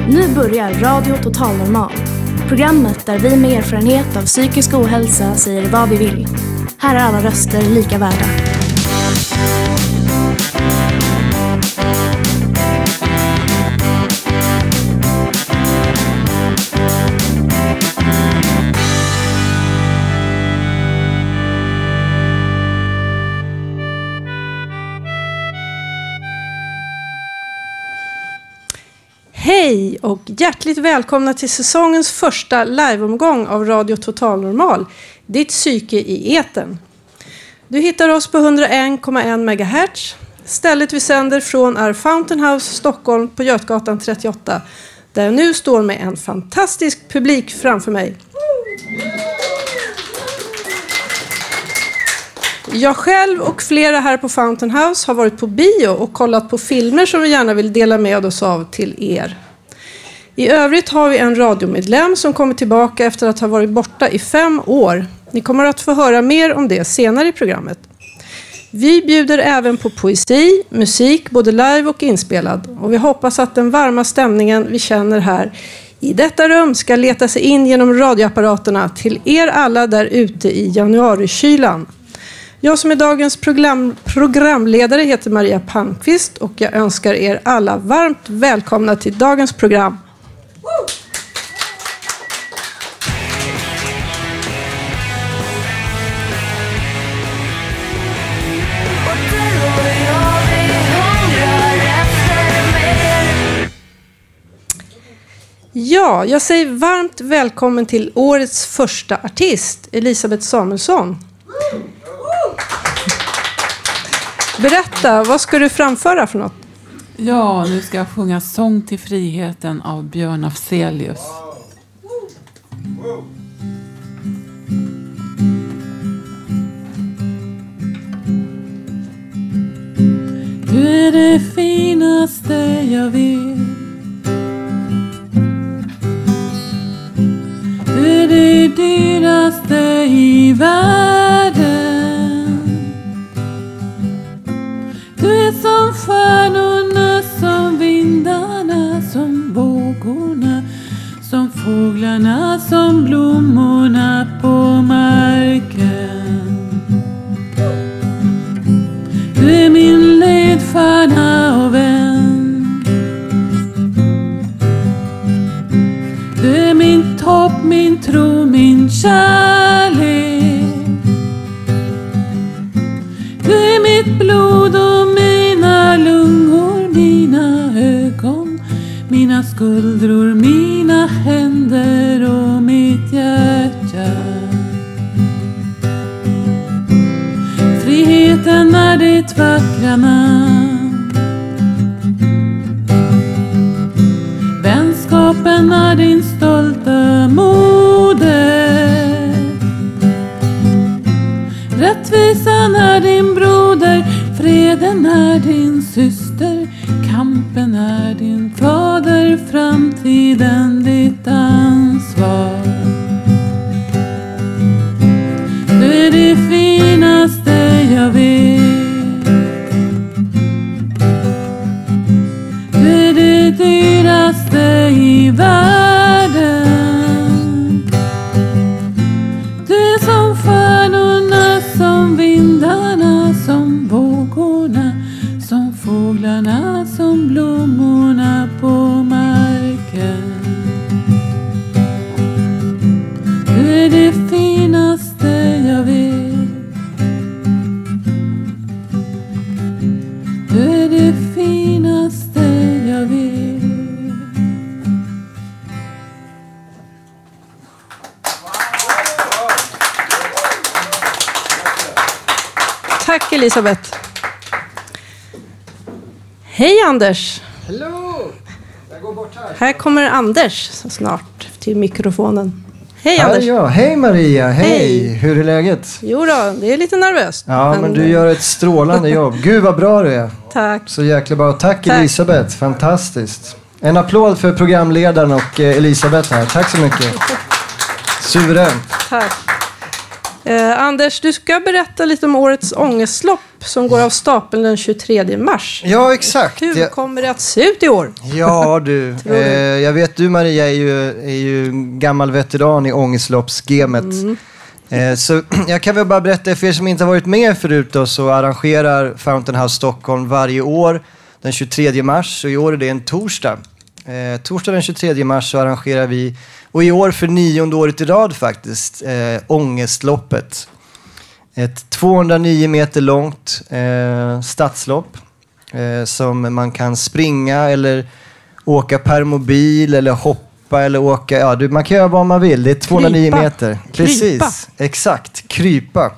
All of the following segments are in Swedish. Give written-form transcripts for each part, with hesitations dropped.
Nu börjar Radio Total Normal. Programmet där vi med erfarenhet av psykisk ohälsa säger vad vi vill. Här är alla röster lika värda. Hej och hjärtligt välkomna till säsongens första liveomgång av Radio Total Normal, ditt psyke i etern. Du hittar oss på 101,1 MHz. Stället vi sänder från är Fountain House, Stockholm på Götgatan 38, där jag nu står med en fantastisk publik framför mig. Jag själv och flera här på Fountain House har varit på bio och kollat på filmer som vi gärna vill dela med oss av till er. I övrigt har vi en radiomedlem som kommer tillbaka efter att ha varit borta i 5 år. Ni kommer att få höra mer om det senare i programmet. Vi bjuder även på poesi, musik, både live och inspelad. Och vi hoppas att den varma stämningen vi känner här i detta rum ska leta sig in genom radioapparaterna till er alla där ute i januarikylan. Jag som är dagens programledare heter Maria Palmqvist och jag önskar er alla varmt välkomna till dagens program. Ja, jag säger varmt välkommen till årets första artist, Elisabeth Samuelsson. Berätta, vad ska du framföra för något? Ja, nu ska jag sjunga Sång till friheten av Björn Afzelius. Du är det finaste jag vet. Du är det dyraste i världen. Du är som stjärnorna, som vindarna, som vågorna, som fåglarna, som blommorna på marken. Du är min ledstjärna och vän. Du är min topp, min tro, min kärlek. Du är mitt blod och mina lungor, mina ögon, mina skuldror, mina händer och mitt hjärta. Friheten är ditt vackra namn. Vänskapen är din stolta moder. Rättvisan är din broder, freden är din syster, kampen är din fader, framtiden ditt ansvar. Du är det finaste jag vet. Du är det dyraste i världen. Du är som stjärnorna, som vindarna, som vågorna, som fåglarna, som blommorna på marken. Du är det finaste jag vet. Du är det finaste jag vet. Tack Elisabeth. Hej Anders. Hello! Jag går bort här. Här kommer Anders snart till mikrofonen. Hej Anders. Ja. Hej Maria, hej. Hur är läget? Jo då, det är lite nervöst. Ja, men du gör ett strålande jobb. Gud vad bra du är. Tack. Så jäkla bra. Tack Elisabeth, fantastiskt. En applåd för programledaren och Elisabeth här. Tack så mycket. Suveränt. Tack. Anders, du ska berätta lite om årets ångestlopp som går av stapeln den 23 mars. Ja, exakt. Hur kommer det att se ut i år? Ja, du. Jag vet, du Maria är ju gammal veteran i ångestloppsgamet. Så jag kan väl bara berätta för er som inte har varit med förut då, så arrangerar Fountain House Stockholm varje år den 23 mars. Och i år är det en torsdag. Torsdag den 23 mars så arrangerar vi, och i år för 9:e året i rad faktiskt, ångestloppet. Ett 209 meter långt stadslopp som man kan springa eller åka per mobil eller hoppa eller åka. Ja, man kan göra vad man vill. Det är 209 meter. Precis, krypa. Exakt. Krypa.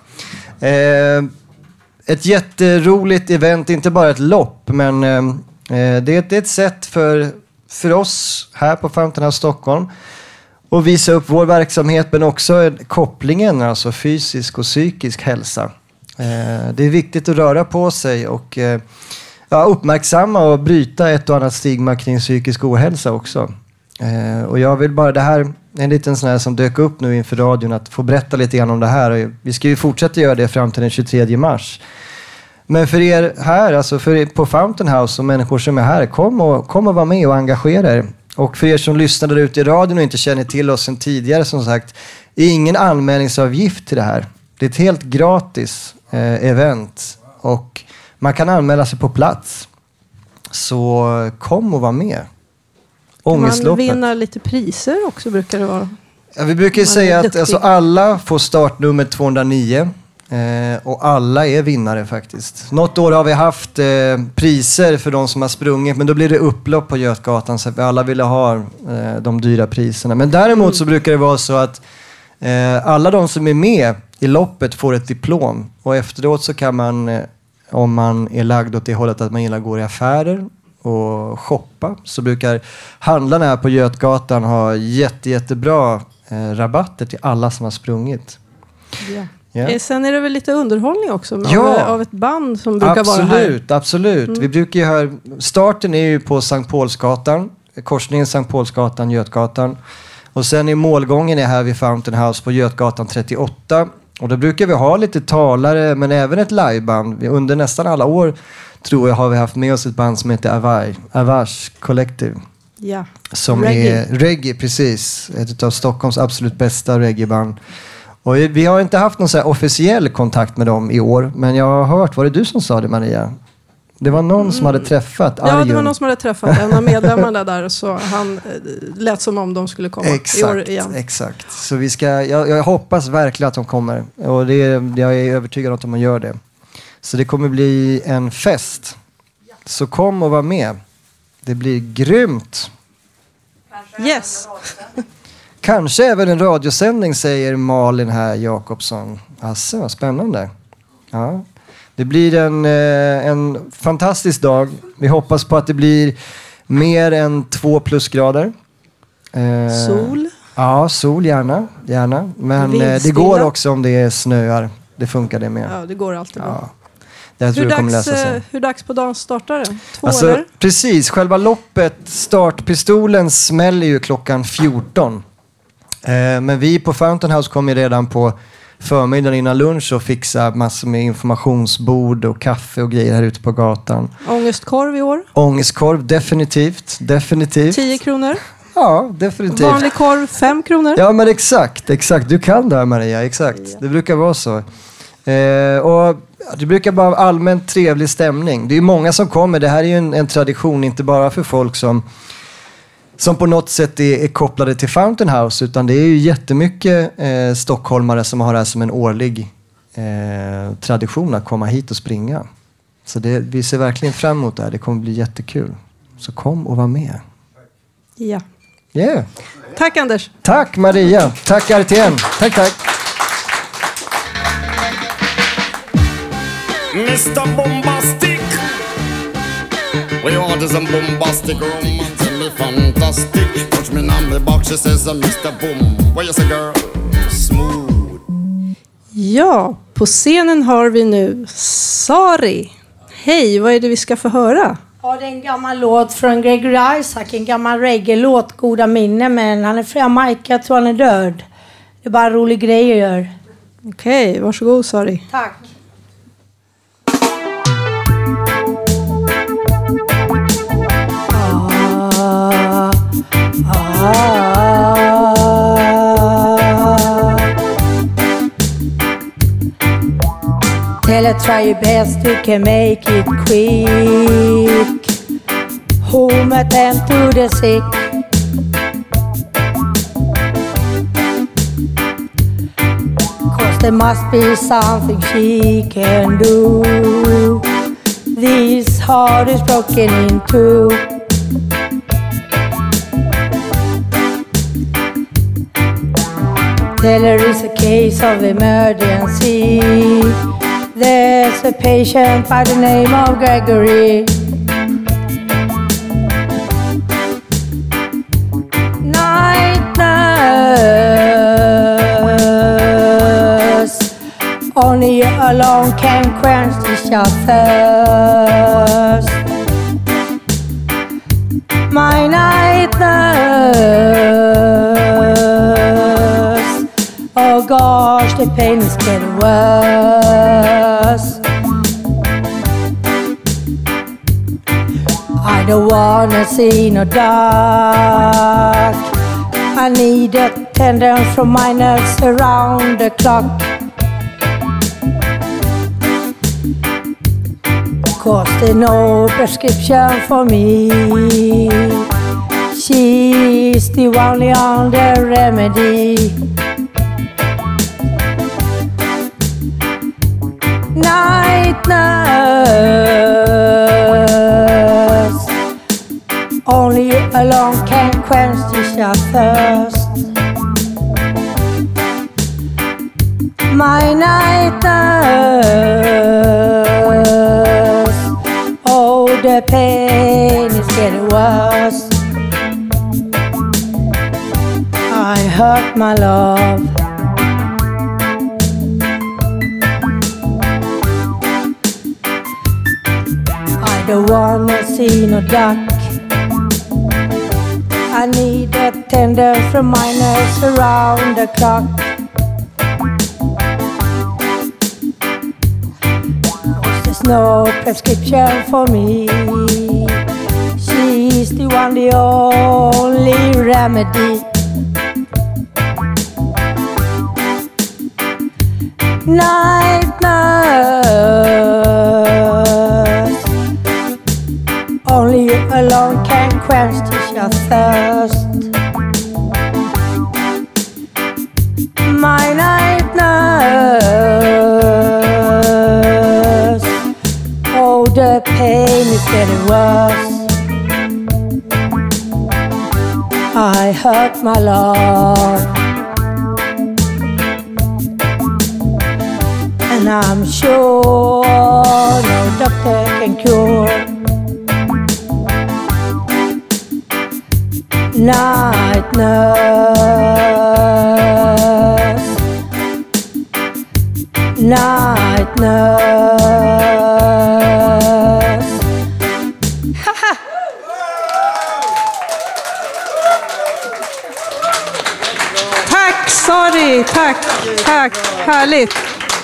Ett jätteroligt event, inte bara ett lopp, men det är ett sätt för oss här på Fountain House Stockholm och visa upp vår verksamhet, men också kopplingen, alltså fysisk och psykisk hälsa. Det är viktigt att röra på sig och uppmärksamma och bryta ett och annat stigma kring psykisk ohälsa också. Och jag vill bara, det här är en liten sån här som dök upp nu inför radion, att få berätta lite grann om det här. Och vi ska ju fortsätta göra det fram till den 23 mars. Men för er här, alltså på Fountain House och människor som är här, kom och var med och engagera er. Och för er som lyssnade ut i radion och inte känner till oss sedan tidigare, som sagt, ingen anmälningsavgift till det här. Det är ett helt gratis event och man kan anmäla sig på plats. Så kom och var med. Ångestloppet. Man vinner lite priser också, brukar det vara. Ja, vi brukar säga att alltså, alla får startnummer 209. Och alla är vinnare faktiskt. Något år har vi haft priser för de som har sprungit, men då blir det upplopp på Götgatan, så alla ville ha de dyra priserna. Men däremot så brukar det vara så att alla de som är med i loppet får ett diplom, och efteråt så kan man, om man är lagd åt det hållet att man gillar att gå i affärer och shoppa, så brukar handlarna här på Götgatan ha jättebra rabatter till alla som har sprungit. Ja. Yeah. Sen är det väl lite underhållning också av ett band som brukar vara här. Absolut. Vi brukar ju höra, starten är ju på Sankt Paulsgatan, korsningen Sankt Paulsgatan, Götgatan. Och sen är målgången är här vid Fountain House på Götgatan 38. Och då brukar vi ha lite talare, men även ett liveband. Under nästan alla år tror jag har vi haft med oss ett band som heter Avage Collective. Ja. Som är reggae, precis. Ett av Stockholms absolut bästa reggaeband. Och vi har inte haft någon så här officiell kontakt med dem i år. Men jag har hört, var det du som sa det, Maria? Det var någon som hade träffat Arjun. Ja, det var någon som hade träffat en av medlemmarna där. Så han lät som om de skulle komma i år igen. Exakt. Så vi ska, jag hoppas verkligen att de kommer. Och jag är övertygad om att de gör det. Så det kommer bli en fest. Så kom och var med. Det blir grymt. Yes. Kanske även en radiosändning, säger Malin här Jakobsson. Alltså, vad spännande. Ja. Det blir en fantastisk dag. Vi hoppas på att det blir mer än 2 plusgrader. Sol? Ja, sol gärna. Men det går också om det snöar. Det funkar det med. Ja, det går alltid bra. Hur dags på dagen startar det? 2 alltså, eller? Precis, själva loppet, startpistolen smäller ju klockan 14. Men vi på Fountain House kommer redan på förmiddagen innan lunch och fixa massor med informationsbord och kaffe och grejer här ute på gatan. Ångestkorv i år? Ångestkorv, definitivt. 10 kronor? Ja, definitivt. Vanlig korv, 5 kronor? Ja, men exakt. Du kan det här, Maria, exakt. Ja. Det brukar vara så. Och det brukar vara allmänt trevlig stämning. Det är ju många som kommer. Det här är ju en tradition, inte bara för folk som på något sätt är kopplade till Fountain House, utan det är ju jättemycket stockholmare som har det här som en årlig tradition att komma hit och springa. Så vi ser verkligen fram emot det här. Det kommer bli jättekul. Så kom och var med. Ja. Yeah. Tack, Anders. Tack, Maria. Tack, RTN. Tack. Mr. Bombastic, we order some bombastic romance and me fantastic. Touch me on the box, she says Mr. Boom. What you say, girl? Smooth. Ja, på scenen har vi nu Sari. Hej, vad är det vi ska få höra? Ja, det är en gammal låt från Gregory Isaac, en gammal reggae-låt, Goda minne, men han är från Jamaica, jag tror han är död. Det är bara en rolig grej att göra. Okej, varsågod Sari. Tack. Tell her try your best, you can make it quick. Home attend to the sick. Cause there must be something she can do. This heart is broken in two. Tell her it's a case of emergency. There's a patient by the name of Gregory. Night nurse, only you alone can quench this your thirst. My night nurse, oh gosh, the pain is getting worse. I don't wanna see no dark. I need attendance from my nurse around the clock. Cause there's no prescription for me. She's the only on the remedy. Night nurse, only you alone can quench this your thirst. My night nurse, oh the pain is getting worse. I hurt my love. I don't wanna see no duck. I need attendance from my nurse around the clock. There's no prescription for me. She's the one, the only remedy. Night nurse, only you alone can quench this your thirst. My night nurse, oh the pain is getting worse. I hurt my love, and I'm sure no doctor can cure. Night nurse, night nurse. Tack Sari, tack, tack, härligt.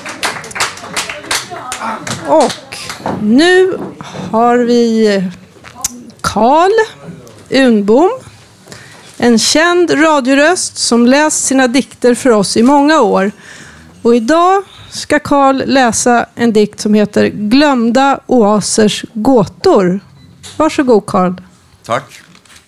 Och nu har vi Carl Unbom, en känd radioröst som läst sina dikter för oss i många år. Och idag ska Carl läsa en dikt som heter Glömda oasers gåtor. Varsågod Carl. Tack.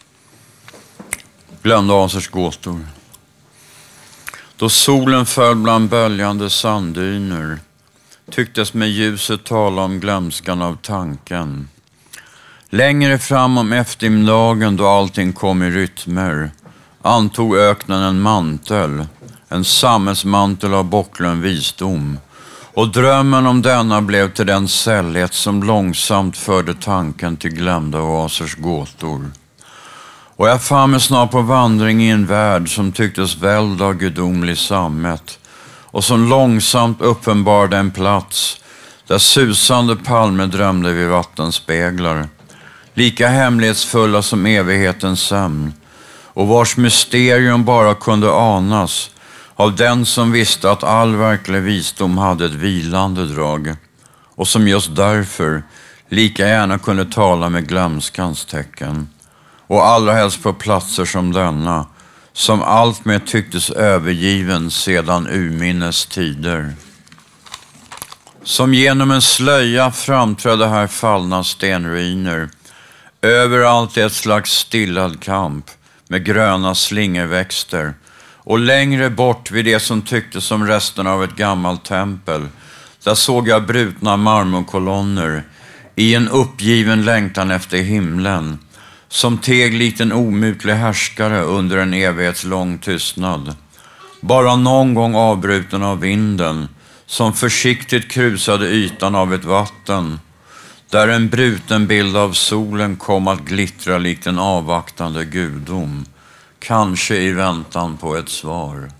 Glömda oasers gåtor. Då solen föll bland böljande sanddyner tycktes med ljuset tala om glömskan av tanken. Längre fram om eftermiddagen då allting kom i rytmer antog öknen en mantel, en sammetsmantel av bortglömd visdom. Och drömmen om denna blev till den sällhet som långsamt förde tanken till glömda oasers gåtor. Och jag fann mig snart på vandring i en värld som tycktes välld av gudomlig sammet och som långsamt uppenbarade en plats där susande palmer drömde vid vattenspeglar, lika hemlighetsfulla som evighetens sömn, och vars mysterium bara kunde anas av den som visste att all verklig visdom hade ett vilande drag och som just därför lika gärna kunde tala med glömskans tecken. Och allra helst på platser som denna, som allt mer tycktes övergiven sedan urminnes tider. Som genom en slöja framträdde här fallna stenruiner. Överallt ett slags stillad kamp med gröna slingerväxter. Och längre bort vid det som tycktes som resten av ett gammalt tempel, där såg jag brutna marmorkolonner i en uppgiven längtan efter himlen, som teg likt en omutlig härskare under en evighetslång tystnad. Bara någon gång avbruten av vinden, som försiktigt krusade ytan av ett vatten, där en bruten bild av solen kom att glittra likt en avvaktande gudom, kanske i väntan på ett svar.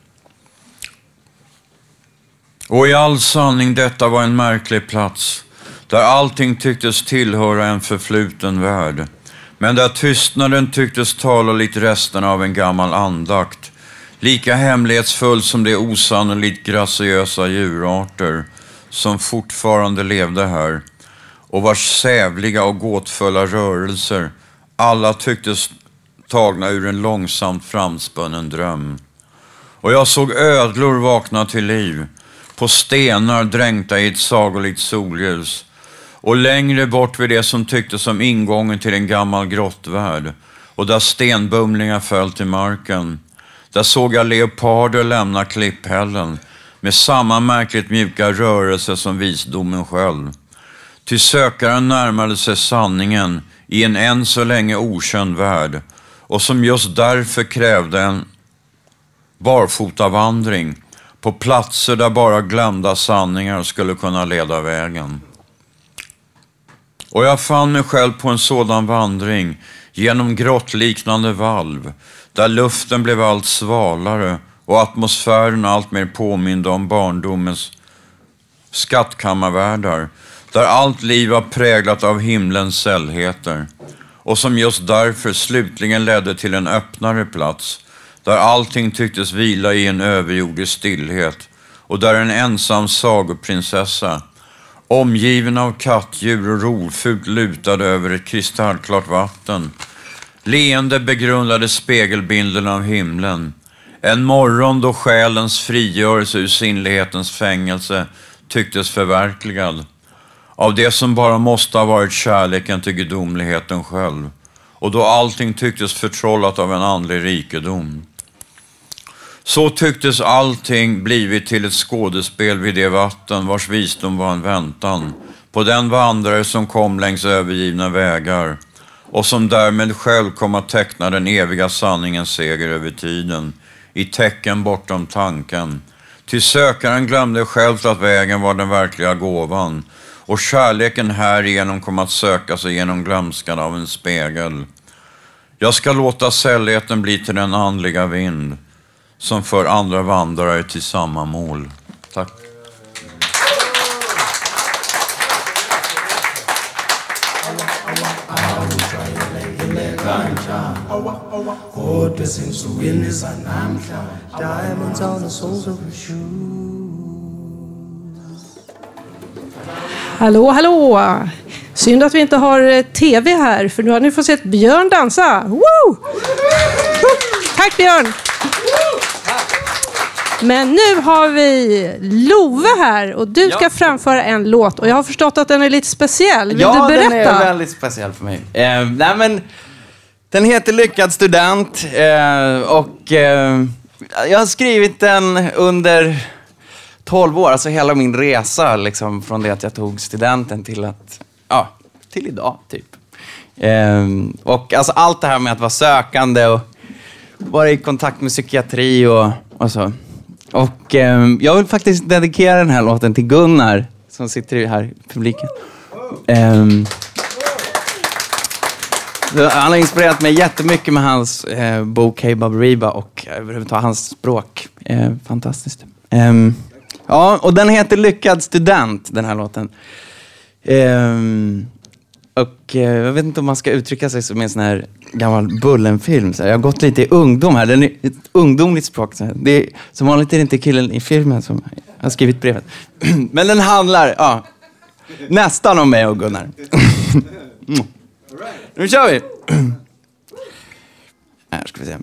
Och i all sanning, detta var en märklig plats, där allting tycktes tillhöra en förfluten värld, men där tystnaden tycktes tala likt resten av en gammal andakt, lika hemlighetsfull som de osannolikt graciösa djurarter som fortfarande levde här och vars sävliga och gåtfulla rörelser alla tycktes tagna ur en långsamt framspunnen dröm. Och jag såg ödlor vakna till liv på stenar dränkta i ett sagolikt solljus, och längre bort vid det som tycktes som ingången till en gammal grottvärld och där stenbumlingar föll till marken, där såg jag leoparder lämna klipphällen med samma märkligt mjuka rörelse som visdomen själv. Ty sökaren närmade sig sanningen i en än så länge okänd värld, och som just därför krävde en barfotavandring på platser där bara glömda sanningar skulle kunna leda vägen. Och jag fann mig själv på en sådan vandring genom grottliknande valv, där luften blev allt svalare och atmosfären allt mer påminde om barndomens skattkammarvärldar, där allt liv var präglat av himlens sällheter, och som just därför slutligen ledde till en öppnare plats, där allting tycktes vila i en överjordisk stillhet, och där en ensam sagoprinsessa, omgiven av kattdjur och rovfult, lutade över ett kristallklart vatten, leende begrundade spegelbilden av himlen. En morgon då själens frigörelse ur sinnlighetens fängelse tycktes förverkligad, av det som bara måste ha varit kärleken till gudomligheten själv, och då allting tycktes förtrollat av en andlig rikedom. Så tycktes allting blivit till ett skådespel vid det vatten vars visdom var en väntan på den vandrare som kom längs övergivna vägar, och som därmed själv kom att teckna den eviga sanningens seger över tiden i tecken bortom tanken. Till sökaren glömde själv att vägen var den verkliga gåvan, och kärleken härigenom kom att söka sig genom glömskan av en spegel. Jag ska låta sällheten bli till den andliga vind som för andra vandrare till samma mål. Tack. Hallå, hallå! Synd att vi inte har tv här, för nu har ni fått se Björn dansa. Woo! Tack Björn! Men nu har vi Love här, och du ska framföra en låt, och jag har förstått att den är lite speciell. Vill du berätta? Ja, den är väldigt speciell för mig. Nej, men den heter Lyckad student, och jag har skrivit den under 12 år, alltså hela min resa liksom, från det att jag tog studenten till att, till idag typ. Och alltså allt det här med att vara sökande och vara i kontakt med psykiatri och så. Och jag vill faktiskt dedikera den här låten till Gunnar som sitter här i publiken. Han har inspirerat mig jättemycket med hans bok Hey Baberiba och överhuvudtaget hans språk. Fantastiskt. Ja, och den heter Lyckad student, den här låten. Och jag vet inte om man ska uttrycka sig som en sån här gammal Bullen-film. Så jag har gått lite i ungdom här. Den är ett ungdomligt språk. Så det är, som vanligt är det inte killen i filmen som har skrivit brevet. Men den handlar nästan om mig och Gunnar. Nu kör vi! Här ska vi se.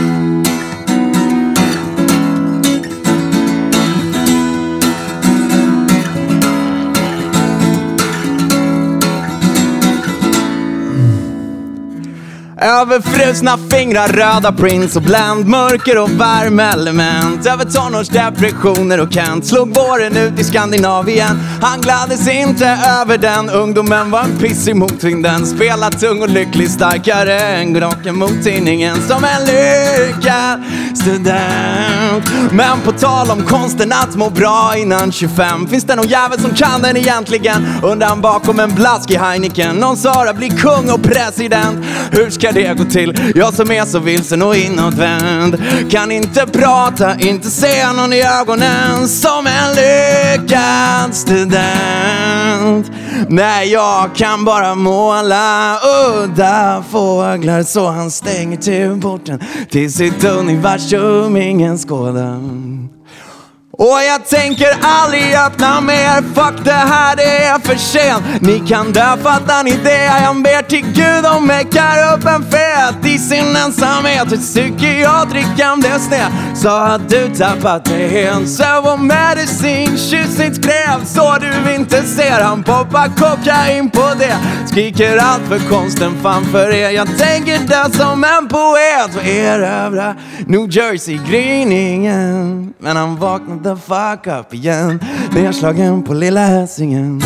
Över frusna fingrar, röda prints och bland mörker och värmeelement. Över tonårsdepressioner och Kent slog våren ut i Skandinavien. Han gladdes inte över den, ungdomen var en piss i motvinden. Spela tung och lycklig, starkare än rocken mot tidningen. Som en lyckad student. Men på tal om konsten att må bra innan 25, finns det någon jävel som kan den egentligen? Undan bakom en blask i Heineken. Någon Sara blir kung och president. Hur ska det gå till? Jag som är så vilsen och inåtvänd, kan inte prata, inte se någon i ögonen. Som en lyckad student. Nej, jag kan bara måla udda fåglar. Så han stänger till porten till sitt universum ingen skådar. Och jag tänker aldrig öppna mer. Fuck det här, det är för sent. Ni kan dö, fattar ni det? Jag ber till Gud om mäckar upp en fet i sin ensamhet. Hur psykiatrikan blev sned så att du tappat det helt. Så var medicin, kyssigt skrev så du inte ser. Han poppar kokain på det, skriker allt för konsten framför er. Jag tänker dö som en poet och erövra New Jersey-gryningen. Men han vaknade the fuck up igen, nedslagen på lilla Hässingen.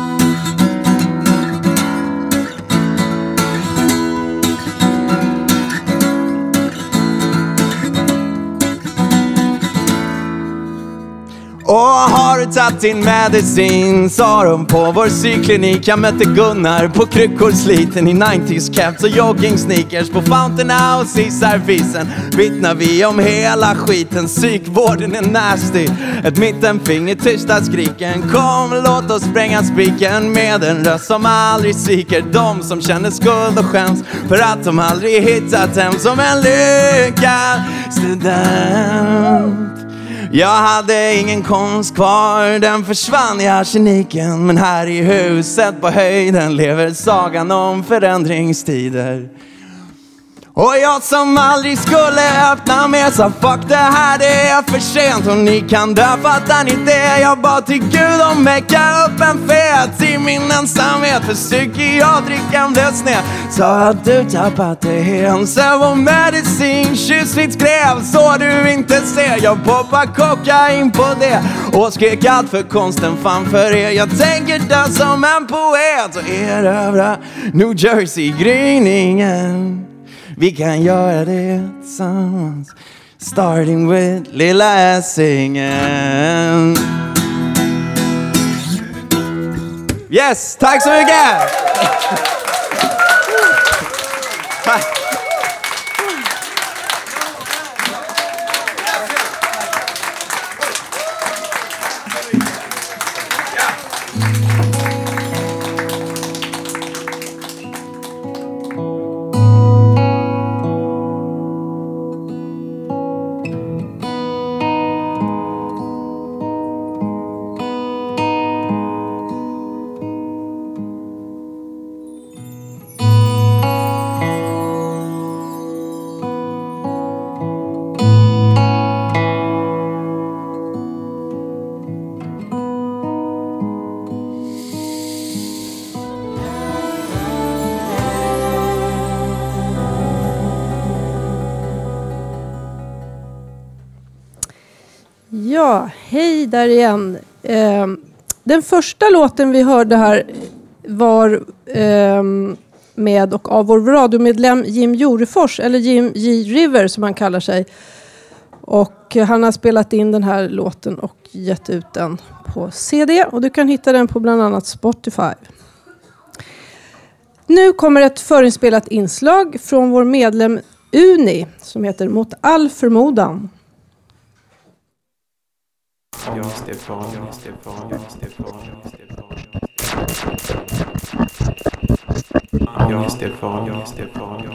Och har du tagit din medicin, sa de på vår psykklinik. Jag mötte Gunnar på kryckor sliten i 90s caps och jogging sneakers på Fountain House i servisen. Vittnar vi om hela skiten, psykvården är nasty. Ett mittenfinger, tysta skriken. Kom, låt oss spränga spiken med en röst som aldrig sviker. De som känner skuld och skäms för att de aldrig hittat hem. Som en lyckad student. Jag hade ingen konst kvar, den försvann i arseniken. Men här i huset på höjden lever sagan om förändringstider. Och jag som aldrig skulle öppna mer sa fuck det här, det är för sent. Och ni kan dö, fattar ni det? Jag bad till Gud om mäcka upp en fet i min ensamhet. För psykiatrikan blev sned så att du tappat det helt. Så var medicin, kyssligt skrev så du inte ser. Jag poppar kokain på det och skrek allt för konsten framför er. Jag tänker dö som en poet och erövra New Jersey-gryningen. Vi kan göra det tillsammans, starting with lilla Hässingen. Yes, tack så mycket! Ja, hej där igen. Den första låten vi hörde här var med och av vår radiomedlem Jim Jorefors, eller Jim J. River som han kallar sig. Och han har spelat in den här låten och gett ut den på CD. Och du kan hitta den på bland annat Spotify. Nu kommer ett förinspelat inslag från vår medlem Uni som heter Mot all förmodan. Ångest är farligt. Ångest är farligt.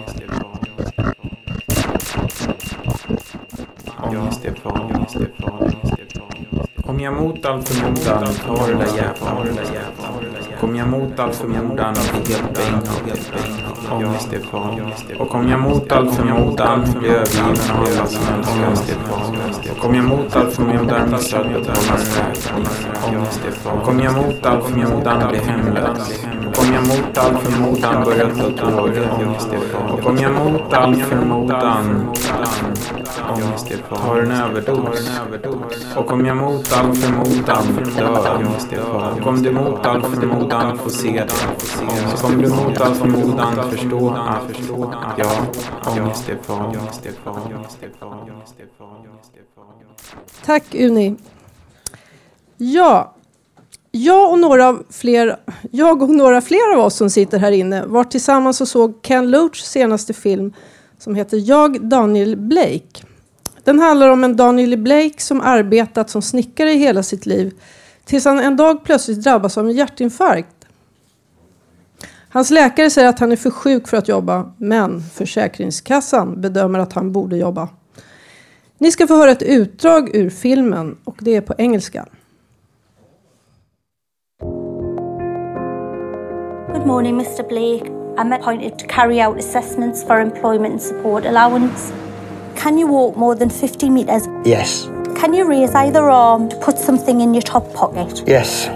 Ångest är farligt. Kom jag mot all förmodan, ta det där jävla. Kom jag mot all förmodan, helt enkelt. Ångest är farligt. Och kom jag mot all förmodan, bli övergiven av alla som älskar. Ångest är farligt. Och kom jag mot all förmodan, missad betala räkning. Ångest är farligt. Kom jag mot all förmodan, bli hemlös. Kom jag mot all förmodan, börja ta tåg. Ångest är farligt. Och kom jag mot all förmodan, ångest är farligt. Tar en överdos. Och kom jag mot all förmodan, dör. Ångest är farligt. Kom du mot all förmodan, få se det. Så kom du mot all förmodan, förstå att ja, ångest är farligt. Tack Uni. Ja, jag och några fler av oss som sitter här inne var tillsammans och såg Ken Loachs senaste film som heter Jag, Daniel Blake. Den handlar om en Daniel Blake som arbetat som snickare i hela sitt liv tills han en dag plötsligt drabbas av en hjärtinfarkt. Hans läkare säger att han är för sjuk för att jobba, men Försäkringskassan bedömer att han borde jobba. Ni ska få höra ett utdrag ur filmen och det är på engelska. Good morning, Mr. Blake. I'm appointed to carry out assessments for employment and support allowance. Can you walk more than 50 metres? Yes. Can you raise either arm to put something in your top pocket? Yes.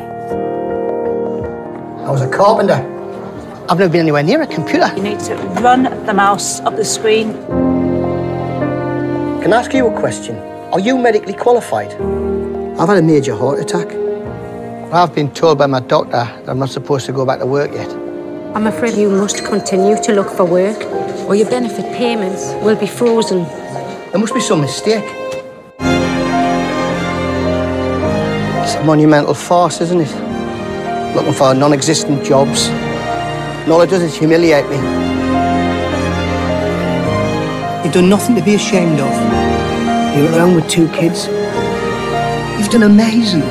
I was a carpenter. I've never been anywhere near a computer. You need to run the mouse up the screen. Can I ask you a question? Are you medically qualified? I've had a major heart attack. I've been told by my doctor that I'm not supposed to go back to work yet. I'm afraid you must continue to look for work or your benefit payments will be frozen. There must be some mistake. It's a monumental farce, isn't it? Looking for non-existent jobs. And all it does is humiliate me. You've done nothing to be ashamed of. You're around with 2 kids. You've done amazing.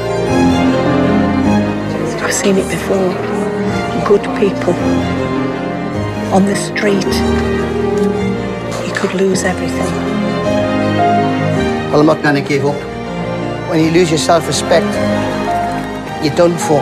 I've seen it before. Good people on the street. You could lose everything. Well, I'm not going to give up. When you lose your self-respect, you're done for.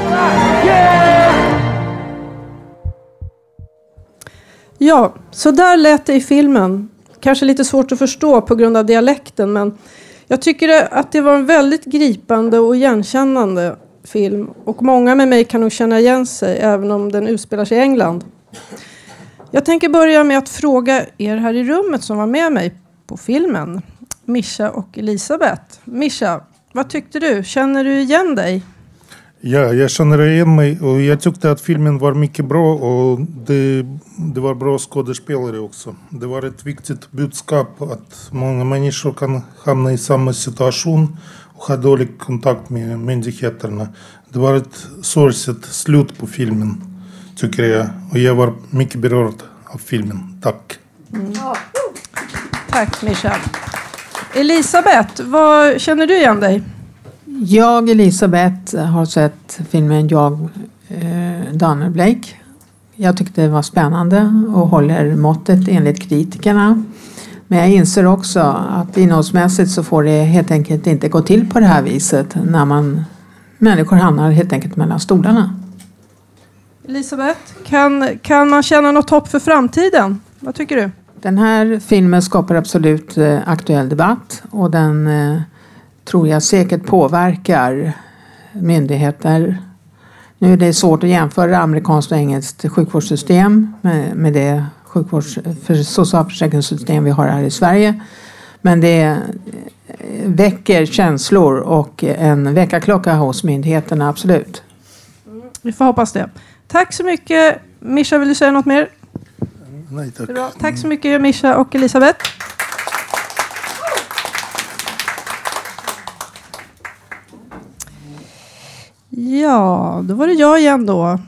Ja, så där lät det i filmen. Kanske lite svårt att förstå på grund av dialekten, men jag tycker att det var en väldigt gripande och igenkännande film. Och många med mig kan nog känna igen sig, även om den utspelar sig i England. Jag tänker börja med att fråga er här i rummet som var med mig på filmen. Mischa och Elisabeth. Mischa, vad tyckte du? Känner du igen dig? Ja, jag känner igen mig och jag tyckte att filmen var mycket bra och det var bra skådespelare också. Det var ett viktigt budskap att många människor kan hamna i samma situation och ha dålig kontakt med myndigheterna. Det var ett sorgset slut på filmen, tycker jag. Och jag var mycket berörd av filmen. Tack. Tack, Mischa. Elisabeth, vad känner du igen dig? Jag, Elisabeth, har sett filmen Jag, Daniel Blake. Jag tyckte det var spännande och håller måttet enligt kritikerna. Men jag inser också att innehållsmässigt så får det helt enkelt inte gå till på det här viset när människor hamnar helt enkelt mellan stolarna. Elisabeth, kan man känna något hopp för framtiden? Vad tycker du? Den här filmen skapar absolut aktuell debatt och den tror jag säkert påverkar myndigheter. Nu är det svårt att jämföra amerikanskt och engelskt sjukvårdssystem med det socialförsäkringssystem vi har här i Sverige. Men det väcker känslor och en väckarklocka hos myndigheterna, absolut. Vi får hoppas det. Tack så mycket. Mischa, vill du säga något mer? Nej, tack. Bra. Tack så mycket, Mischa och Elisabeth. Ja, då var det jag igen då.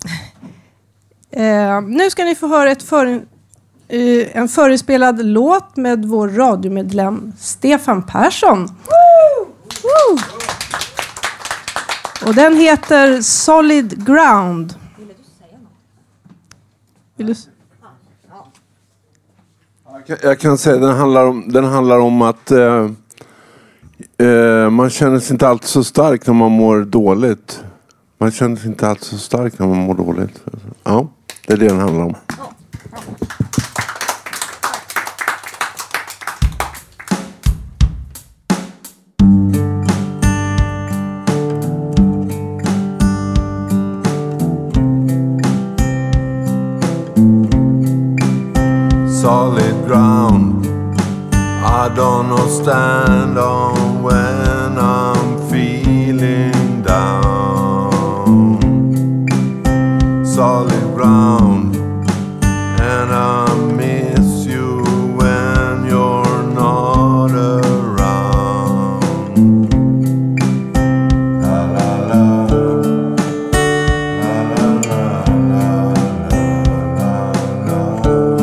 Nu ska ni få höra en förinspelad låt med vår radiomedlem Stefan Persson. Och den heter Solid Ground. Vill du? Jag kan säga den handlar om att man känner sig inte alltid så stark när man mår dåligt. Man känner sig inte alltid så stark när man mår dåligt. Ja, det är det den handlar om. Solid ground I don't know stand on when I'm feeling down. Solid ground and I miss you when you're not around. La la la. La la la la la la la.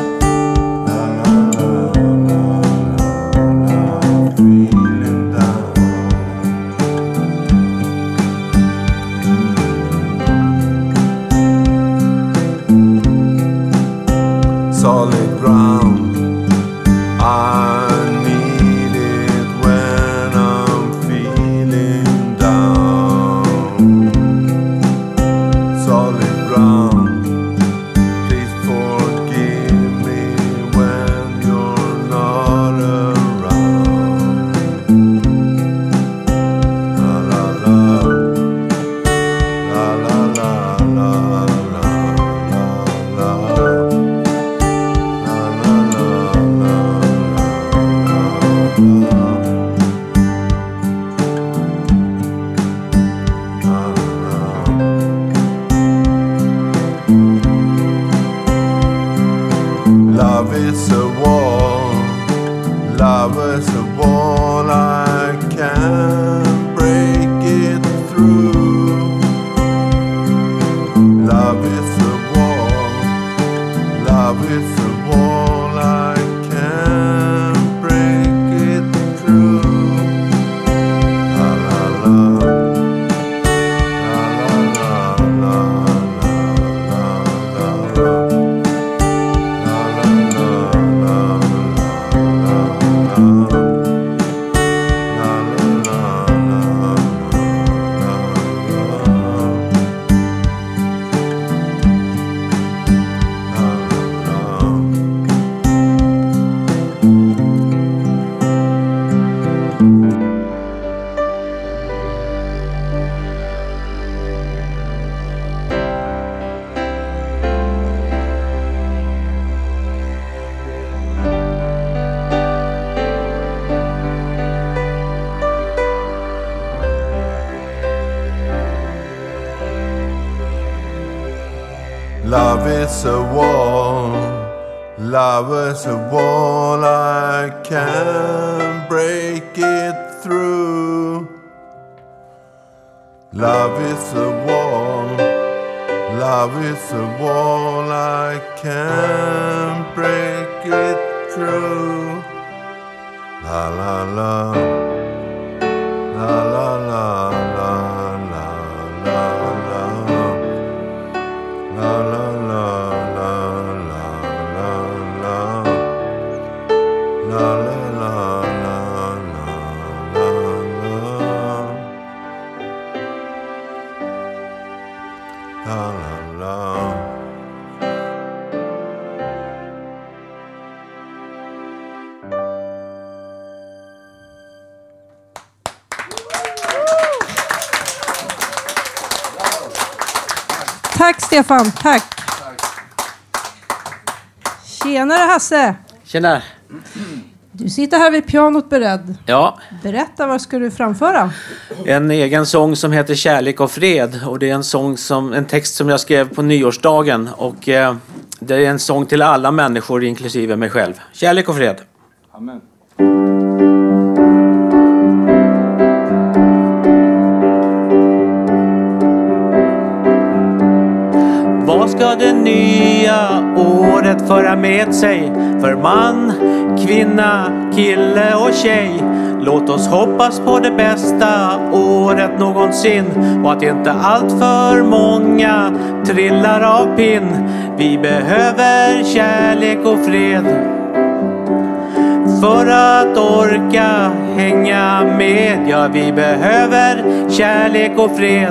Solid ground I need it when I'm feeling down. Solid ground, please forgive me when you're not around. La la la. La la la la la la la. Love is a wall, love is a wall, I can't break it through. Love is a wall, love is a wall, I can't break it through. La la la, la la la la la la la. Love is a wall, love is a wall, I can't break it through. Love is a wall, love is a wall, I can't break it through. La la la, la la la la la la la. La la la la la la la. La la la la la la. La la la. Tack Stefan, tack. Tjenare Hasse. Tjena. Du sitter här vid pianot beredd. Ja. Berätta, vad ska du framföra? En egen sång som heter Kärlek och fred. Och det är en text som jag skrev på nyårsdagen. Och det är en sång till alla människor, inklusive mig själv. Kärlek och fred. Amen. Vad ska det nya året föra med sig för man kvinna, kille och tjej. Låt oss hoppas på det bästa året någonsin och att inte allt för många trillar av pinn. Vi behöver kärlek och fred för att orka hänga med. Ja, vi behöver kärlek och fred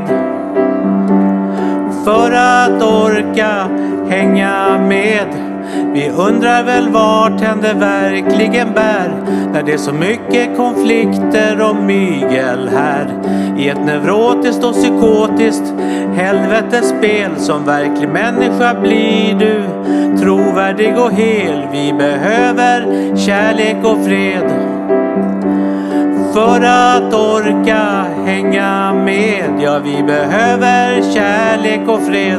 för att orka hänga med. Vi undrar väl vart det verkligen bär när det är så mycket konflikter och mygel här. I ett neurotiskt och psykotiskt helvetespel. Som verklig människa blir du trovärdig och hel. Vi behöver kärlek och fred för att orka hänga med. Ja, vi behöver kärlek och fred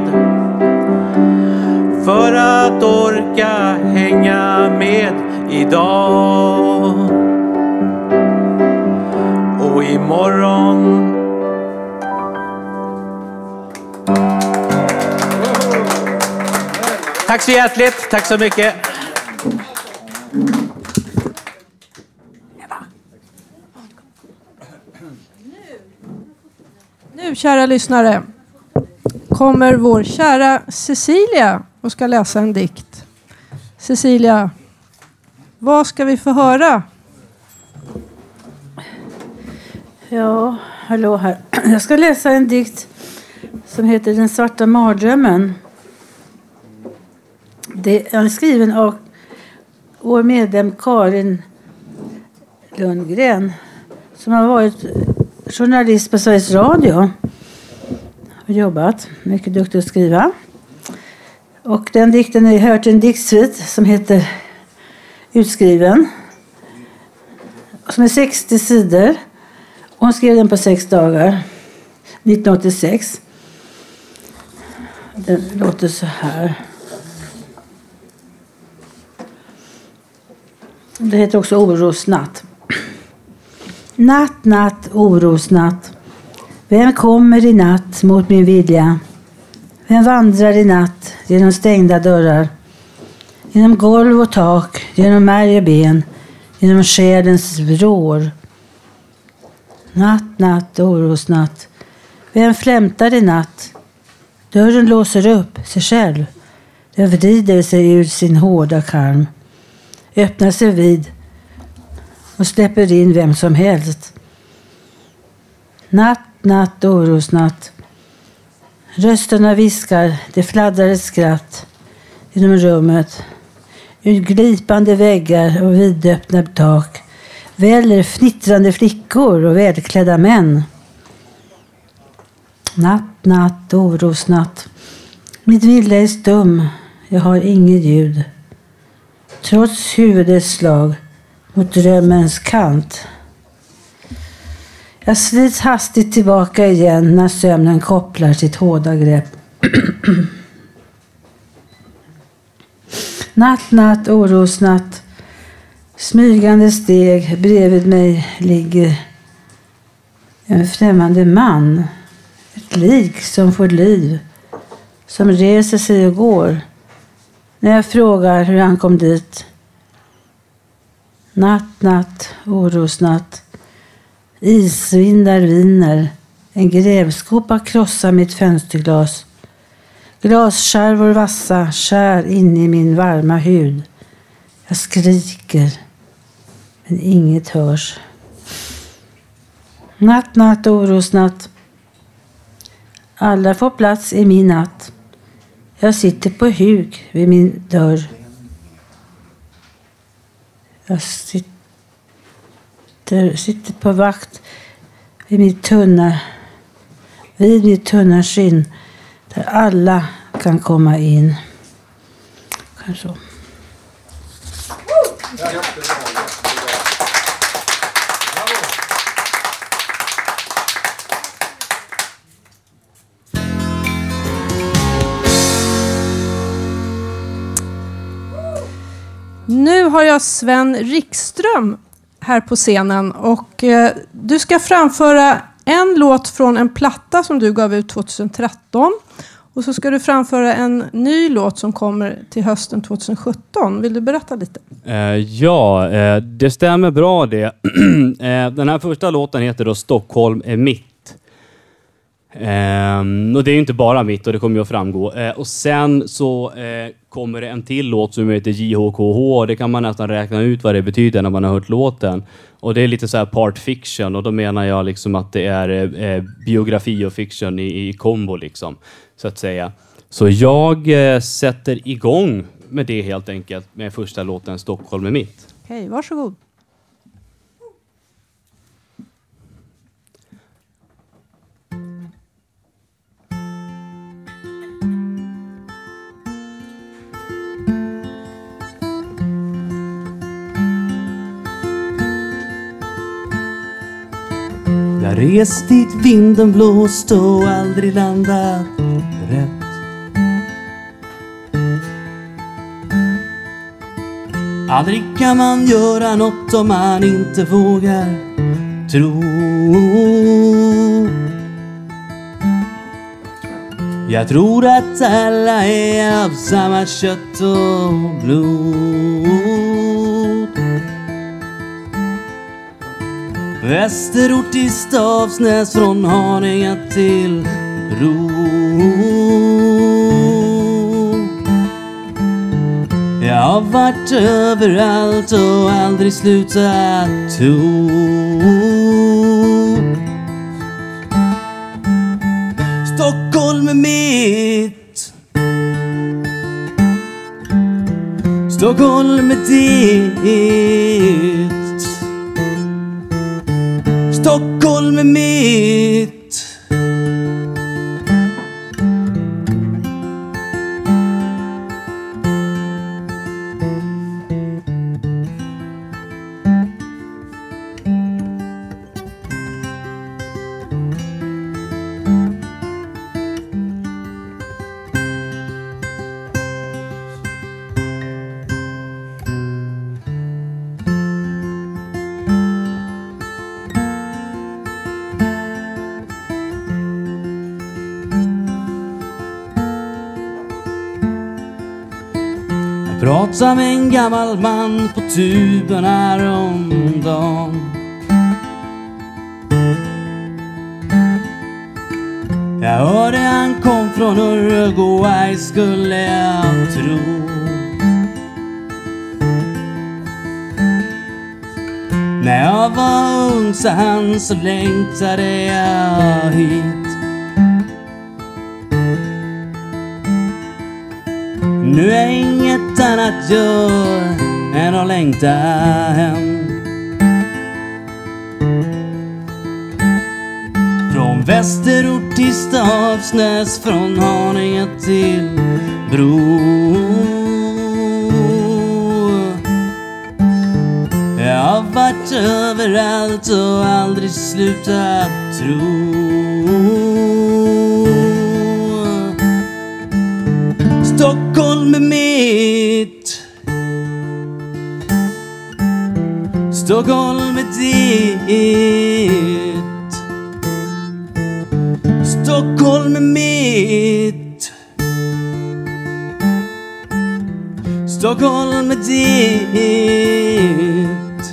för att orka hänga med idag och imorgon. Tack så hjärtligt, tack så mycket. Nu, kära lyssnare, kommer vår kära Cecilia och ska läsa en dikt. Cecilia, vad ska vi få höra? Ja, hallå här. Jag ska läsa en dikt som heter Den svarta mardrömmen. Det är skriven av vår medlem Karin Lundgren som har varit journalist på Sveriges Radio och jobbat. Mycket duktig att skriva. Och den dikten är hört till en diktsvit som heter Utskriven. Som är 60 sidor. Och hon skrev den på 6 dagar. 1986. Den låter så här. Det heter också Orosnatt. Natt, natt, orosnatt. Vem kommer i natt mot min vilja? Vem vandrar i natt genom stängda dörrar? Genom golv och tak, genom märg och ben, genom själens vrår. Natt, natt, orosnatt. Vem flämtar i natt? Dörren låser upp sig själv. Den vrider sig ur sin hårda karm. Öppnar sig vid och släpper in vem som helst. Natt, natt, orosnatt. Rösterna viskar, det fladdrar ett skratt inom rummet. Ur glipande väggar och vidöppna tak väller fnittrande flickor och välklädda män. Natt, natt, orosnatt. Mitt vilja är stum, jag har inget ljud. Trots huvudets slag mot drömmens kant. Jag slits hastigt tillbaka igen när sömnen kopplar sitt hårda grepp. Natt, natt, orosnatt. Smygande steg bredvid mig ligger en främmande man. Ett lik som får liv. Som reser sig och går. När jag frågar hur han kom dit. Natt, natt, orosnatt. Isvindar viner. En grävskopa krossar mitt fönsterglas. Glasskärvor vassa skär in i min varma hud. Jag skriker. Men inget hörs. Natt, natt, orosnatt. Alla får plats i min natt. Jag sitter på huk vid min dörr. Jag sitter på vakt vid mitt tunna skinn. Där alla kan komma in. Kanske så. Nu har jag Sven Rikström här på scenen och du ska framföra en låt från en platta som du gav ut 2013 Och så ska du framföra en ny låt som kommer till hösten 2017. Vill du berätta lite? Det stämmer bra det. Den här första låten heter då Stockholm är mitt. Och det är inte bara mitt och det kommer ju att framgå. Och sen så kommer det en till låt som heter JHKH. Det kan man nästan räkna ut vad det betyder när man har hört låten. Och det är lite så här part fiction. Och då menar jag liksom att det är biografi och fiction i kombo liksom. Så att säga. Så jag sätter igång med det helt enkelt. Med första låten Stockholm är mitt. Hej, varsågod. Jag rest dit vinden blåst och aldrig landat rätt. Aldrig kan man göra något om man inte vågar tro. Jag tror att alla är av samma kött och blod. Västerort i Stavsnäs från Haninge till Bro. Jag har varit överallt och aldrig slutat tro. Stockholm är mitt. Stockholm är ditt. Stockholm är mitt. Prata med en gammal man på tuben häromdagen. Jag hörde han kom från Uruguay skulle jag tro. När jag var ung sa han så längtade jag hit. Nu är inget annat gör än att längta hem. Från Västerort till Stavsnäs, från Haninge till Bro. Jag har varit överallt och aldrig slutat tro. Stockholm är mitt. Stockholm är ditt. Stockholm är mitt. Stockholm är ditt.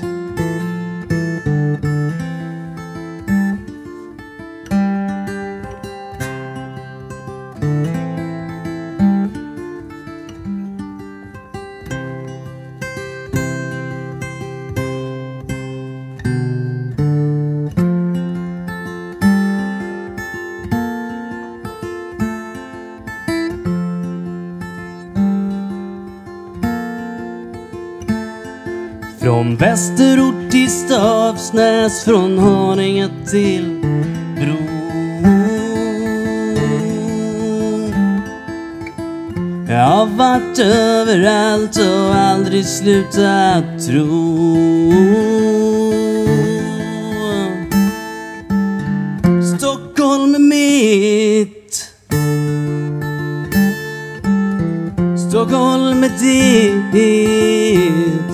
Från Västerort till Stavsnäs, från Haninge till Bro. Jag har varit överallt och aldrig slutat tro. Stockholm är mitt. Stockholm är ditt.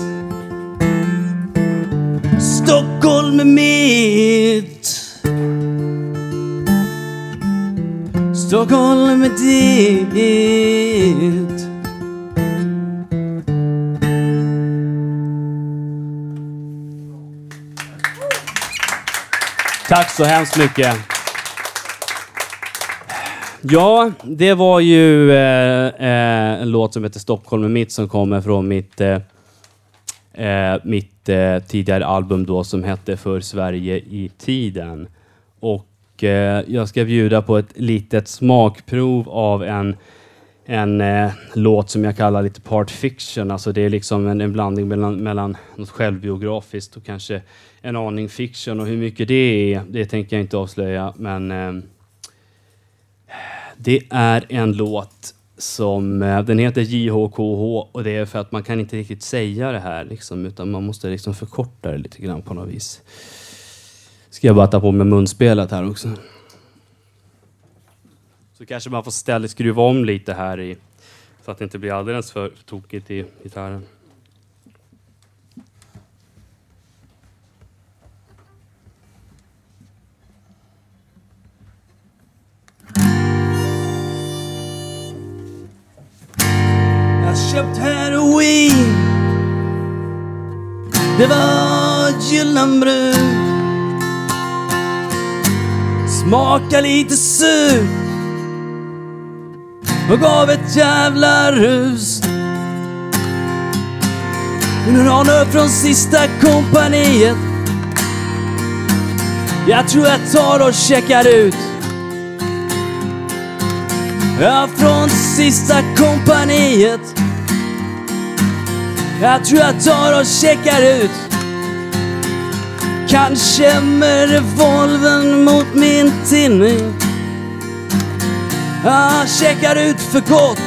Stockholm är mitt. Stockholm är ditt. Tack så hemskt mycket. Ja, det var ju en låt som heter Stockholm är mitt som kommer från mitt tidigare album då som hette För Sverige i tiden. Och jag ska bjuda på ett litet smakprov av en låt som jag kallar lite part fiction. Alltså det är liksom en blandning mellan något självbiografiskt och kanske en aning fiction. Och hur mycket det är, det tänker jag inte avslöja. Men det är en låt som, den heter JHKH och det är för att man kan inte riktigt säga det här liksom, utan man måste liksom förkorta det lite grann på något vis. Ska jag bara ta på mig munspelet här också. Så kanske man får skruva om lite här i, så att det inte blir alldeles för tokigt i gitarren. Jag köpt heroin. Det var gyllenbrun. Smaka lite sur och gav ett jävla rus. Nu har han upp från sista kompaniet. Jag tror jag tar och checkar ut. Ja, från sista kompaniet. Jag tror jag tar och checkar ut. Kanske med revolven mot min tinning. Jag checkar ut för gott.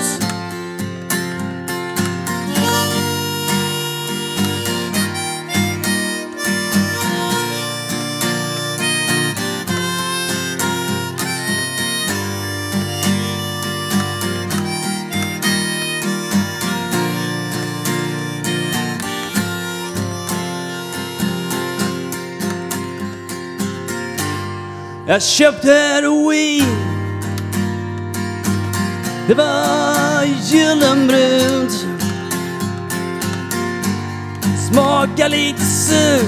Jag köpte heroin. Det var gyllenbrunt. Smaka lite surt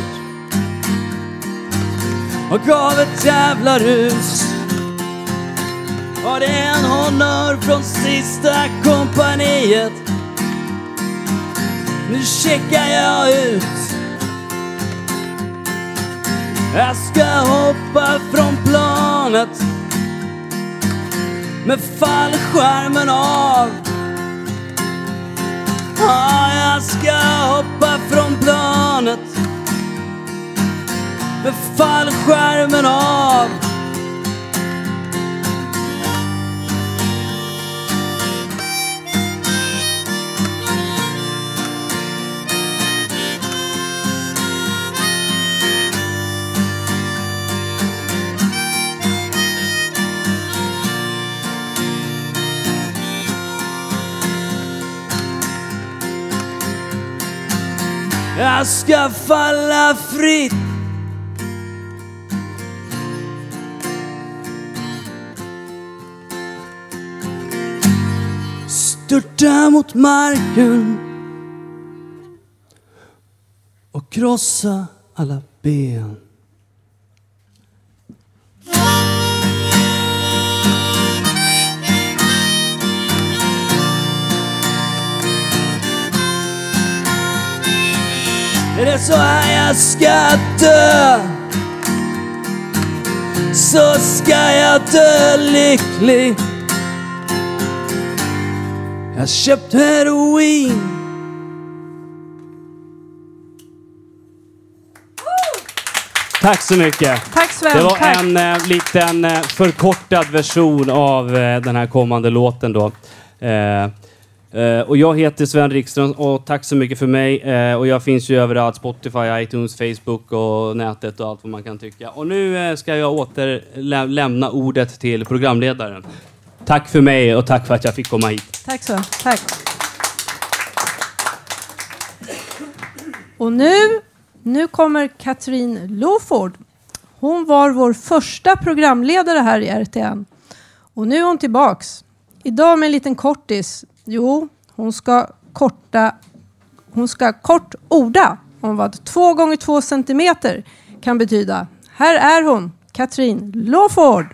och gav ett jävla rus. Och det är en honör från sista kompaniet. Nu checkar jag ut. Jag ska hoppa från planet med fallskärmen av. Ja, jag ska hoppa från planet med fallskärmen av. Jag ska falla fritt. Störta mot marken och krossa alla ben. Är det så här jag ska dö, så ska jag dö lycklig. Jag köpt heroin. Tack så mycket. Tack Sven. Det var tack. en liten förkortad version av den här kommande låten då. Och jag heter Sven Rikström och tack så mycket för mig. Och jag finns ju överallt, Spotify, iTunes, Facebook och nätet och allt vad man kan tycka. Och nu ska jag lämna ordet till programledaren. Tack för mig och tack för att jag fick komma hit. Tack så. Tack. Och nu kommer Katrin Loford. Hon var vår första programledare här i RTN. Och nu är hon tillbaks. Idag med en liten kortis. Jo, hon ska kort orda om vad 2 gånger 2 centimeter kan betyda. Här är hon, Katrin Lawford.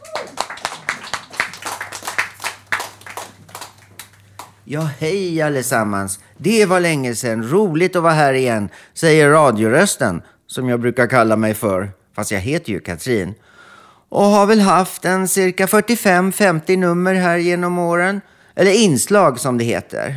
Ja, hej allesammans. Det var länge sedan. Roligt att vara här igen, säger radiorösten, som jag brukar kalla mig för. Fast jag heter ju Katrin. Och har väl haft en cirka 45-50 nummer här genom åren. Eller inslag som det heter.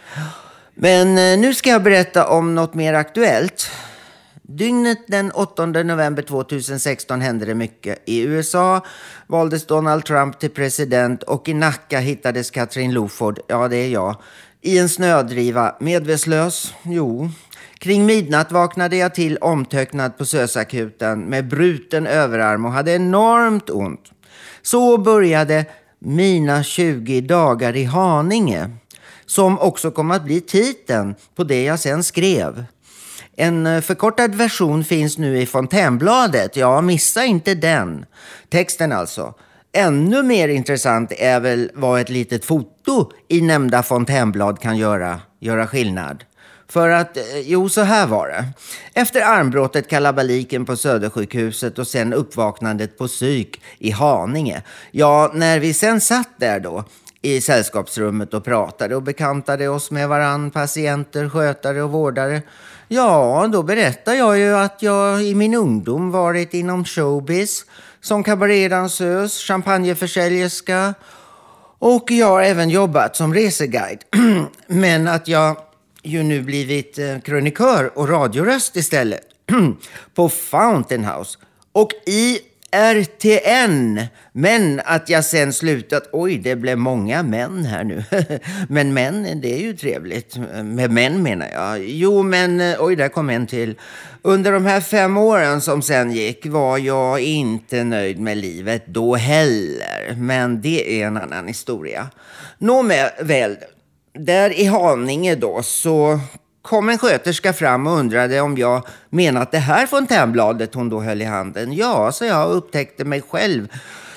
Men nu ska jag berätta om något mer aktuellt. Dygnet den 8 november 2016 hände det mycket. I USA valdes Donald Trump till president och i Nacka hittades Katrin Lawford, ja det är jag, i en snödriva, medvetslös. Jo, kring midnatt vaknade jag till omtöcknad på SÖS-akuten med bruten överarm och hade enormt ont. Så började mina 20 dagar i Haninge, som också kom att bli titeln på det jag sen skrev. En förkortad version finns nu i Fontänbladet. Ja, missa inte den. Texten alltså. Ännu mer intressant är väl vad ett litet foto i nämnda Fontänblad kan göra skillnad. För att, så här var det. Efter armbrottet, kalabaliken på Södersjukhuset och sen uppvaknandet på psyk i Haninge. Ja, när vi sen satt där då i sällskapsrummet och pratade och bekantade oss med varann, patienter, skötare och vårdare. Ja, då berättar jag ju att jag i min ungdom varit inom showbiz som kabarédansös, champagneförsäljerska och jag har även jobbat som reseguide. Men att jag ju nu blivit krönikör och radioröst istället på Fountain House och i RTN. Men att jag sen slutat, det blev många män här nu. Men män, det är ju trevligt. Med män menar jag. Jo, men där kom en till. Under de här 5 åren som sen gick var jag inte nöjd med livet då heller. Men det är en annan historia. Väl, där i Haninge då så kom en sköterska fram och undrade om jag menat det här Fontänbladet hon då höll i handen. Ja, så jag upptäckte mig själv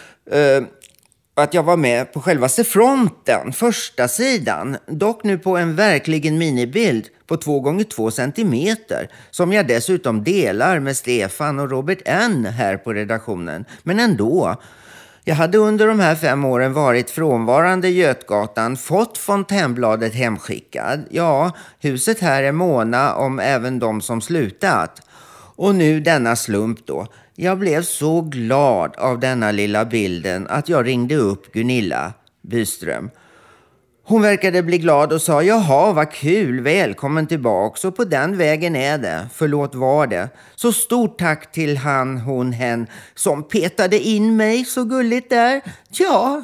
att jag var med på självaste fronten, första sidan. Dock nu på en verkligen minibild på 2 gånger 2 centimeter som jag dessutom delar med Stefan och Robert N här på redaktionen. Men ändå. Jag hade under de här 5 åren varit frånvarande i Götgatan, fått Fontänbladet hemskickad. Ja, huset här är måna om även de som slutat. Och nu denna slump då. Jag blev så glad av denna lilla bilden att jag ringde upp Gunilla Byström. Hon verkade bli glad och sa, jaha vad kul, välkommen tillbaka. Och på den vägen är det, förlåt var det. Så stort tack till hon, hen som petade in mig så gulligt där. Tja,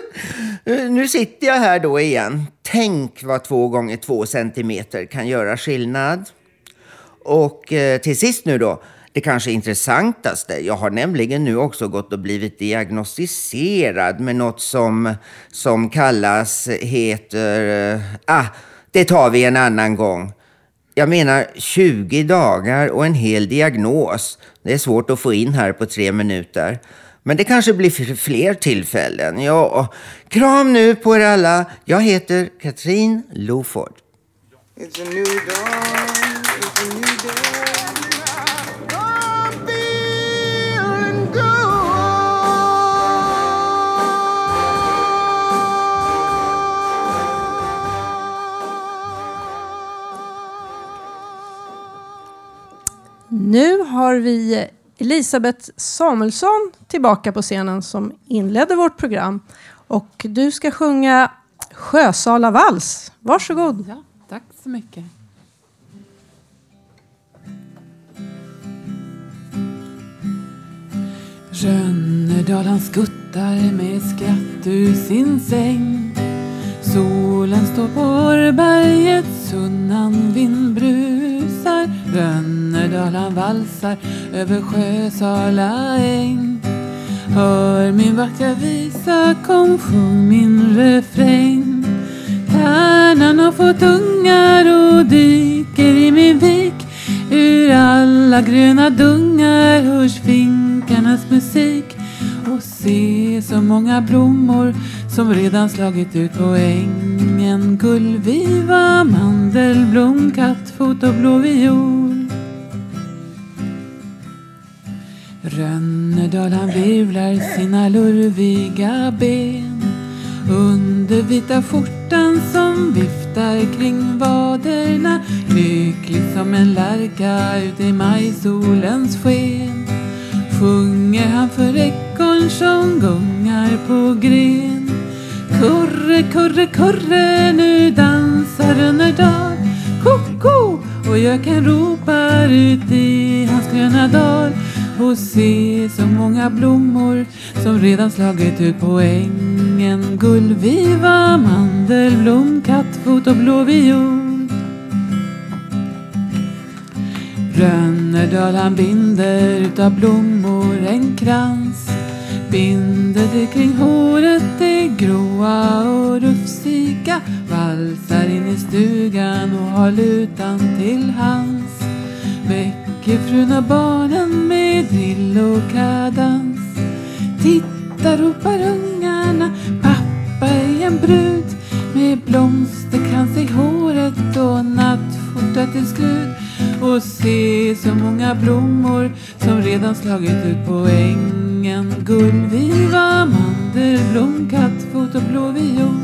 nu sitter jag här då igen. Tänk vad 2 gånger 2 centimeter kan göra skillnad. Och till sist nu då. Det kanske intressanteste, jag har nämligen nu också gått och blivit diagnostiserad med något som heter... det tar vi en annan gång. Jag menar 20 dagar och en hel diagnos. Det är svårt att få in här på 3 minuter. Men det kanske blir fler tillfällen. Ja, kram nu på er alla. Jag heter Katrin Lawford. It's a new dawn, it's a new day. Nu har vi Elisabeth Samuelsson tillbaka på scenen som inledde vårt program. Och du ska sjunga Sjösala vals. Varsågod. Ja, tack så mycket. Rönnerdal han skuttar med skratt ur sin säng. Solen står på Orrberget, sunnan vind brusar. Rönnerdal han valsar över Sjösala äng. Hör min vackra visa, kom sjung min refräng. Tärnan har fått ungar och dyker i min vik. Ur alla gröna dungar hörs finkarnas musik. och se så många blommor som redan slagit ut på ängen. Gullviva, mandelblom, kattfot och blå viol. Rönnerdal han virvlar sina lurviga ben under vita skjortan som viftar kring vaderna, lycklig som en lärka ute i majsolens sken. Sjunger han för ekorn som gungar på gren. Kurre, kurre, kurre, nu dansar Rönnerdal. Koko, och göken ropar ut i hans gröna dal. Och se så många blommor som redan slagit ut på ängen. Gullviva, mandelblom, kattfot och blå viol. Rönnerdal han binder utav blommor en krans. Binder det kring håret, det gråa och rufsiga. Valsar in i stugan och har lutan till hans. Väcker frun och barnen med drill och kadans. Titta, ropar ungarna, pappa är en brud. Med blomsterkrans i håret och nattskjorta till skrud. Och se så många blommor som redan slagit ut på ängen. Gullviva, mandelblom, kattfot och blå viol.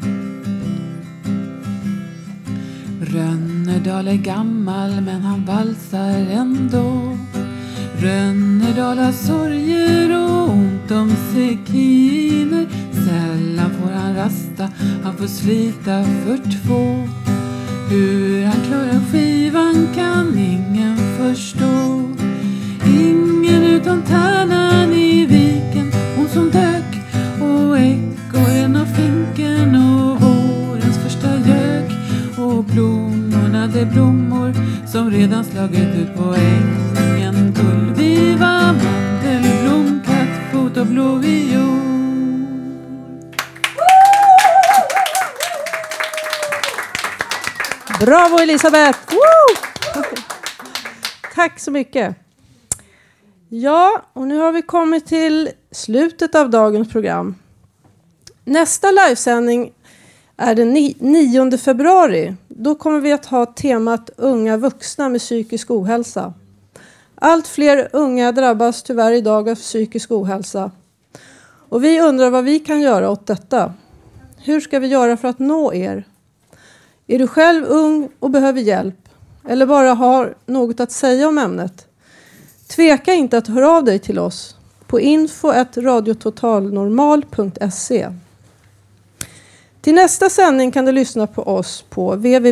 Rönnerdal är gammal men han valsar ändå. Rönnerdal har sorger och ont om sekiner. Sällan får han rasta, han får slita för två. Hur han klarar skivan kan ingen förstå. Ingen utom tärnan i viken, hon som dök. Och ekorren och finken och vårens första gök. Och blommorna, det blommor som redan slagit ut på ängen. Gullviva, mandelblom, kattfot och blå viol. Bravo Elisabeth! Woo! Tack så mycket. Ja, och nu har vi kommit till slutet av dagens program. Nästa livesändning är den 9 februari. Då kommer vi att ha temat unga vuxna med psykisk ohälsa. Allt fler unga drabbas tyvärr idag av psykisk ohälsa. Och vi undrar vad vi kan göra åt detta. Hur ska vi göra för att nå er? Är du själv ung och behöver hjälp? Eller bara har något att säga om ämnet? Tveka inte att höra av dig till oss på info@radiototalnormal.se. Till nästa sändning kan du lyssna på oss på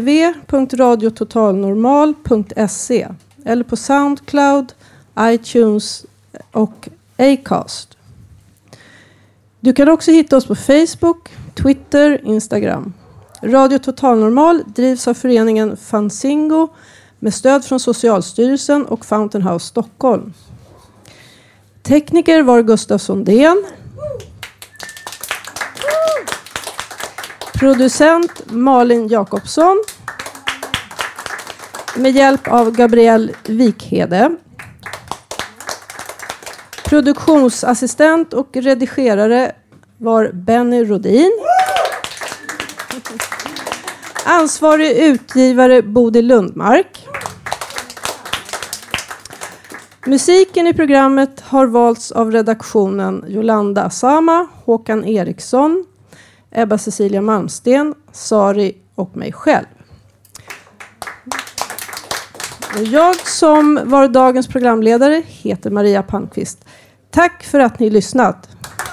www.radiototalnormal.se eller på Soundcloud, iTunes och Acast. Du kan också hitta oss på Facebook, Twitter, Instagram. Radio Total Normal drivs av föreningen Fanzingo med stöd från Socialstyrelsen och Fountain House Stockholm. Tekniker var Gustav Sondén. Producent Malin Jakobsson. Med hjälp av Gabriel Wikhede. Produktionsassistent och redigerare var Benny Rodin. Ansvarig utgivare Bodil Lundmark. Musiken i programmet har valts av redaktionen Jolanda Asama, Håkan Eriksson, Ebba Cecilia Malmsten, Sari och mig själv. Jag som var dagens programledare heter Maria Palmqvist. Tack för att ni lyssnat.